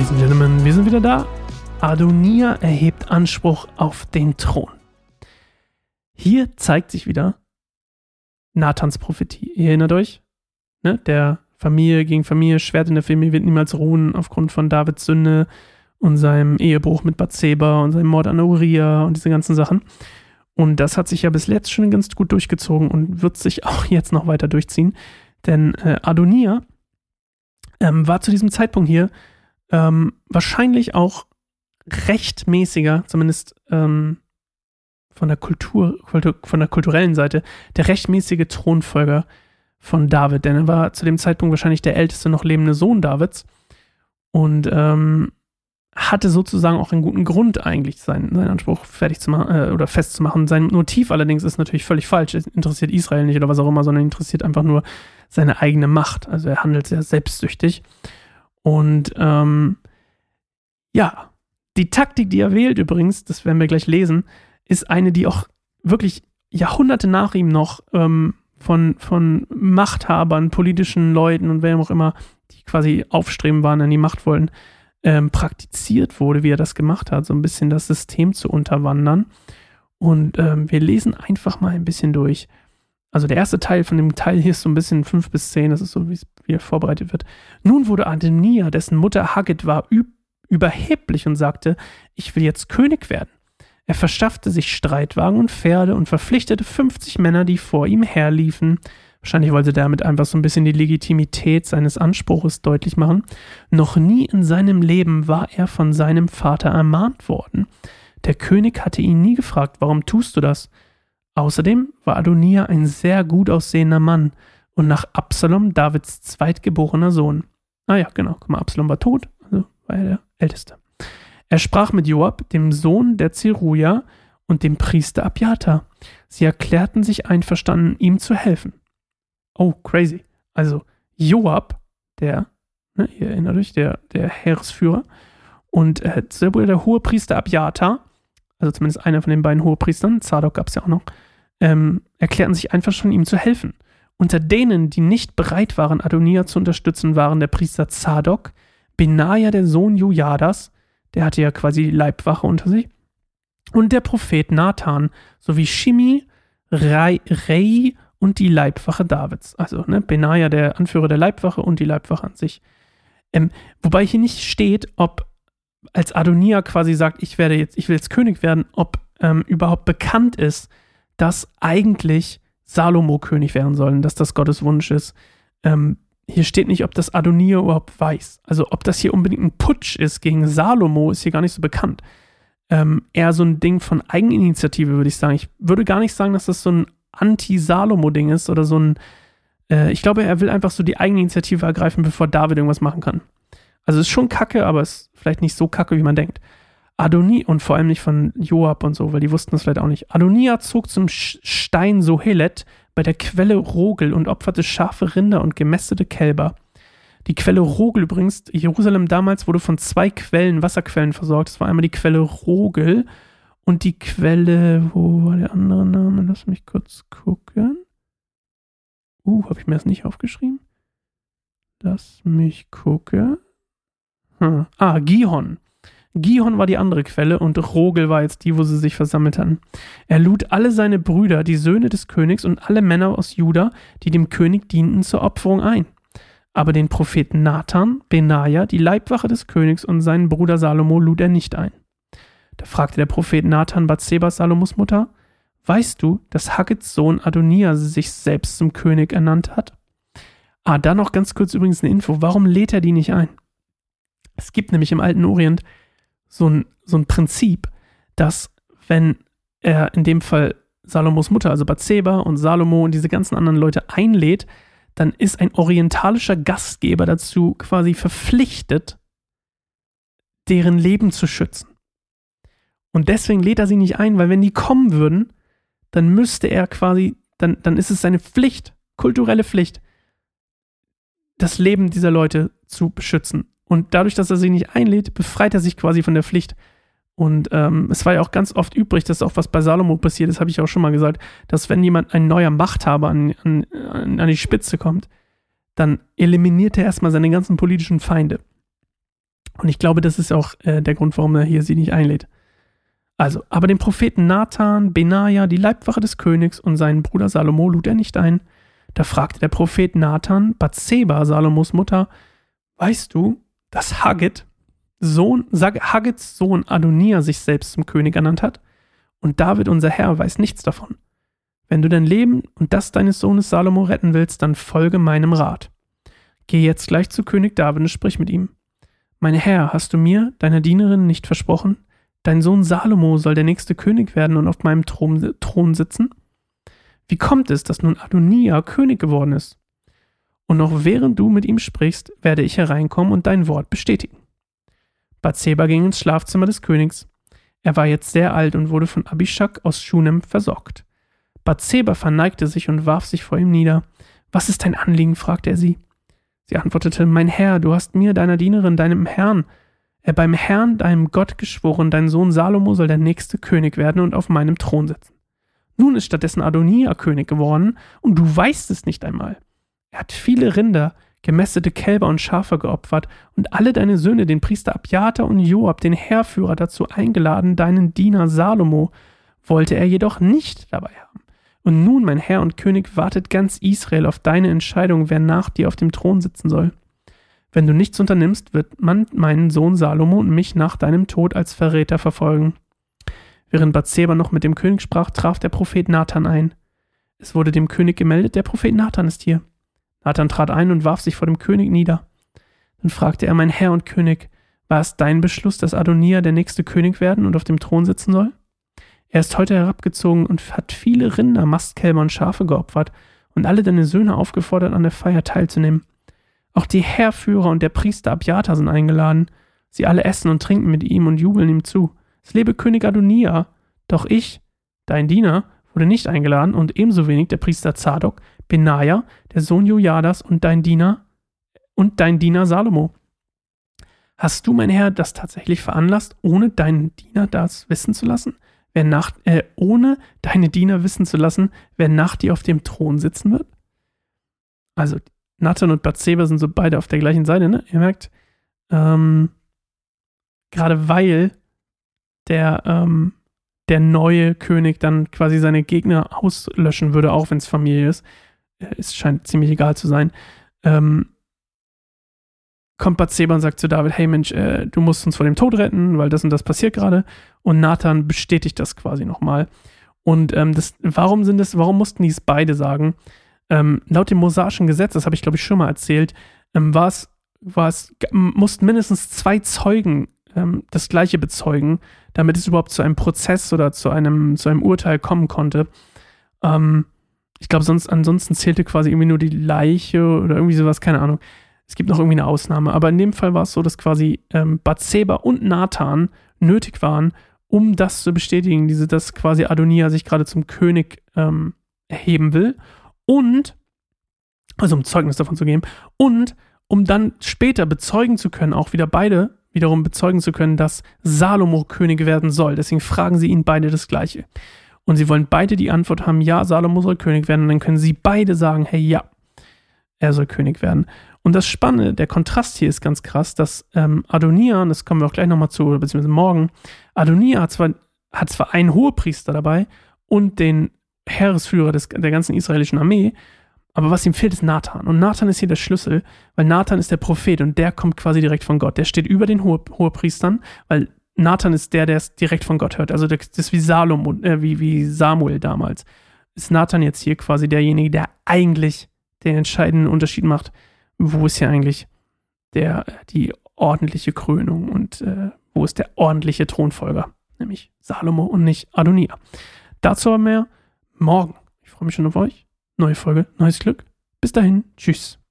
Ladies and Gentlemen, wir sind wieder da. Adonija erhebt Anspruch auf den Thron. Hier zeigt sich wieder Nathans Prophetie. Ihr erinnert euch? Ne? Der Familie gegen Familie, Schwert in der Familie wird niemals ruhen aufgrund von Davids Sünde und seinem Ehebruch mit Bathseba und seinem Mord an Uriah und diese ganzen Sachen. Und das hat sich ja bis jetzt schon ganz gut durchgezogen und wird sich auch jetzt noch weiter durchziehen. Denn Adonija war zu diesem Zeitpunkt hier wahrscheinlich auch rechtmäßiger, zumindest von der kulturellen Seite, der rechtmäßige Thronfolger von David. Denn er war zu dem Zeitpunkt wahrscheinlich der älteste noch lebende Sohn Davids und hatte sozusagen auch einen guten Grund eigentlich, seinen Anspruch fertig zu machen oder festzumachen. Sein Motiv allerdings ist natürlich völlig falsch. Es interessiert Israel nicht oder was auch immer, sondern interessiert einfach nur seine eigene Macht. Also er handelt sehr selbstsüchtig. Und die Taktik, die er wählt übrigens, das werden wir gleich lesen, ist eine, die auch wirklich Jahrhunderte nach ihm noch von Machthabern, politischen Leuten und wem auch immer, die quasi aufstreben waren, an die Macht wollten, praktiziert wurde, wie er das gemacht hat, so ein bisschen das System zu unterwandern. Und wir lesen einfach mal ein bisschen durch. Also der erste Teil von dem Teil hier ist so ein bisschen 5 bis 10, das ist so, wie er vorbereitet wird. Nun wurde Adonija, dessen Mutter Haggit war, überheblich und sagte, ich will jetzt König werden. Er verschaffte sich Streitwagen und Pferde und verpflichtete 50 Männer, die vor ihm herliefen. Wahrscheinlich wollte er damit einfach so ein bisschen die Legitimität seines Anspruches deutlich machen. Noch nie in seinem Leben war er von seinem Vater ermahnt worden. Der König hatte ihn nie gefragt, warum tust du das? Außerdem war Adonija ein sehr gut aussehender Mann und nach Absalom Davids zweitgeborener Sohn. Ah ja, genau, guck mal, Absalom war tot, also war er der Älteste. Er sprach mit Joab, dem Sohn der Zeruja, und dem Priester Abjatar. Sie erklärten sich einverstanden, ihm zu helfen. Oh, crazy. Also Joab, ihr erinnert euch, der Heeresführer, und der Hohepriester Abjatar, also zumindest einer von den beiden Hohepriestern, Zadok gab es ja auch noch, erklärten sich einverstanden, ihm zu helfen. Unter denen, die nicht bereit waren, Adonija zu unterstützen, waren der Priester Zadok, Benaja, der Sohn Jojadas, der hatte ja quasi die Leibwache unter sich, und der Prophet Nathan, sowie Shimi, Rei und die Leibwache Davids. Also Benaja, der Anführer der Leibwache und die Leibwache an sich. Wobei hier nicht steht, ob als Adonija quasi sagt, ich will jetzt König werden, ob überhaupt bekannt ist, dass eigentlich Salomo König werden soll und dass das Gottes Wunsch ist. Hier steht nicht, ob das Adonija überhaupt weiß. Also ob das hier unbedingt ein Putsch ist gegen Salomo, ist hier gar nicht so bekannt. Eher so ein Ding von Eigeninitiative, würde ich sagen. Ich würde gar nicht sagen, dass das so ein Anti-Salomo-Ding ist oder so ein ich glaube, er will einfach so die Eigeninitiative ergreifen, bevor David irgendwas machen kann. Also es ist schon kacke, aber es ist vielleicht nicht so kacke, wie man denkt. Adonija, und vor allem nicht von Joab und so, weil die wussten das vielleicht auch nicht. Adonija zog zum Stein Sohelet bei der Quelle Rogel und opferte scharfe Rinder und gemästete Kälber. Die Quelle Rogel übrigens, Jerusalem damals wurde von 2 Wasserquellen versorgt. Das war einmal die Quelle Rogel und die Quelle, wo war der andere Name? Lass mich kurz gucken. Habe ich mir das nicht aufgeschrieben? Lass mich gucken. Gihon. Gihon war die andere Quelle und Rogel war jetzt die, wo sie sich versammelt hatten. Er lud alle seine Brüder, die Söhne des Königs und alle Männer aus Juda, die dem König dienten, zur Opferung ein. Aber den Propheten Nathan, Benaja, die Leibwache des Königs und seinen Bruder Salomo lud er nicht ein. Da fragte der Prophet Nathan Bathseba, Salomos Mutter, weißt du, dass Haggits Sohn Adonija sich selbst zum König ernannt hat? Da noch ganz kurz übrigens eine Info. Warum lädt er die nicht ein? Es gibt nämlich im alten Orient so ein Prinzip, dass wenn er in dem Fall Salomos Mutter, also Bathseba und Salomo und diese ganzen anderen Leute einlädt, dann ist ein orientalischer Gastgeber dazu quasi verpflichtet, deren Leben zu schützen. Und deswegen lädt er sie nicht ein, weil wenn die kommen würden, dann müsste er quasi, dann ist es seine Pflicht, kulturelle Pflicht, das Leben dieser Leute zu beschützen. Und dadurch, dass er sie nicht einlädt, befreit er sich quasi von der Pflicht. Und es war ja auch ganz oft übrig, das ist auch was bei Salomo passiert ist, habe ich auch schon mal gesagt, dass wenn jemand, ein neuer Machthaber an die Spitze kommt, dann eliminiert er erstmal seine ganzen politischen Feinde. Und ich glaube, das ist auch der Grund, warum er hier sie nicht einlädt. Also, aber den Propheten Nathan, Benaja, die Leibwache des Königs und seinen Bruder Salomo lud er nicht ein. Da fragte der Prophet Nathan Bathseba, Salomos Mutter, weißt du, dass Haggits Sohn Adonia sich selbst zum König ernannt hat? Und David, unser Herr, weiß nichts davon. Wenn du dein Leben und das deines Sohnes Salomo retten willst, dann folge meinem Rat. Geh jetzt gleich zu König David und sprich mit ihm. Mein Herr, hast du mir, deiner Dienerin, nicht versprochen? Dein Sohn Salomo soll der nächste König werden und auf meinem Thron sitzen? Wie kommt es, dass nun Adonia König geworden ist? Und noch während du mit ihm sprichst, werde ich hereinkommen und dein Wort bestätigen. Bathseba ging ins Schlafzimmer des Königs. Er war jetzt sehr alt und wurde von Abishag aus Schunem versorgt. Bathseba verneigte sich und warf sich vor ihm nieder. Was ist dein Anliegen? Fragte er sie. Sie antwortete, mein Herr, du hast mir, deiner Dienerin, beim Herrn, deinem Gott geschworen, dein Sohn Salomo soll der nächste König werden und auf meinem Thron sitzen. Nun ist stattdessen Adonia König geworden und du weißt es nicht einmal. Er hat viele Rinder, gemästete Kälber und Schafe geopfert und alle deine Söhne, den Priester Abjatar und Joab, den Heerführer, dazu eingeladen, deinen Diener Salomo, wollte er jedoch nicht dabei haben. Und nun, mein Herr und König, wartet ganz Israel auf deine Entscheidung, wer nach dir auf dem Thron sitzen soll. Wenn du nichts unternimmst, wird man meinen Sohn Salomo und mich nach deinem Tod als Verräter verfolgen. Während Bathseba noch mit dem König sprach, traf der Prophet Nathan ein. Es wurde dem König gemeldet, der Prophet Nathan ist hier. Nathan trat ein und warf sich vor dem König nieder. Dann fragte er, mein Herr und König, war es dein Beschluss, dass Adonia der nächste König werden und auf dem Thron sitzen soll? Er ist heute herabgezogen und hat viele Rinder, Mastkälber und Schafe geopfert und alle deine Söhne aufgefordert, an der Feier teilzunehmen. Auch die Heerführer und der Priester Abjatar sind eingeladen. Sie alle essen und trinken mit ihm und jubeln ihm zu. Es lebe König Adonia. Doch ich, dein Diener, wurde nicht eingeladen und ebenso wenig der Priester Zadok, Benaja, der Sohn Jojadas und dein Diener Salomo. Hast du, mein Herr, das tatsächlich veranlasst, ohne deinen Diener das wissen zu lassen? Ohne deine Diener wissen zu lassen, wer nach dir auf dem Thron sitzen wird? Also, Nathan und Bathseba sind so beide auf der gleichen Seite, ne? Ihr merkt, gerade weil der neue König dann quasi seine Gegner auslöschen würde, auch wenn es Familie ist, es scheint ziemlich egal zu sein, kommt Bathseba und sagt zu David, hey Mensch, du musst uns vor dem Tod retten, weil das und das passiert gerade. Und Nathan bestätigt das quasi nochmal. Und warum mussten die es beide sagen? Laut dem mosaischen Gesetz, das habe ich glaube ich schon mal erzählt, mussten mindestens 2 Zeugen das Gleiche bezeugen, damit es überhaupt zu einem Prozess oder zu einem Urteil kommen konnte. Ich glaube, ansonsten zählte quasi irgendwie nur die Leiche oder irgendwie sowas, keine Ahnung. Es gibt noch irgendwie eine Ausnahme, aber in dem Fall war es so, dass quasi Bathseba und Nathan nötig waren, um das zu bestätigen, dass quasi Adonia sich gerade zum König erheben will und, also um Zeugnis davon zu geben, und um dann später bezeugen zu können, auch wiederum bezeugen zu können, dass Salomo König werden soll. Deswegen fragen sie ihn beide das Gleiche. Und sie wollen beide die Antwort haben, ja, Salomo soll König werden. Und dann können sie beide sagen, hey, ja, er soll König werden. Und das Spannende, der Kontrast hier ist ganz krass, dass Adonia, und das kommen wir auch gleich nochmal zu, beziehungsweise morgen, Adonia hat zwar einen Hohepriester dabei und den Heeresführer der ganzen israelischen Armee, aber was ihm fehlt, ist Nathan. Und Nathan ist hier der Schlüssel, weil Nathan ist der Prophet und der kommt quasi direkt von Gott. Der steht über den Hohepriestern, weil Nathan ist der es direkt von Gott hört. Also das ist wie wie Samuel damals. Ist Nathan jetzt hier quasi derjenige, der eigentlich den entscheidenden Unterschied macht, wo ist hier eigentlich die ordentliche Krönung und wo ist der ordentliche Thronfolger, nämlich Salomo und nicht Adonia. Dazu aber mehr morgen. Ich freue mich schon auf euch. Neue Folge, neues Glück. Bis dahin, tschüss.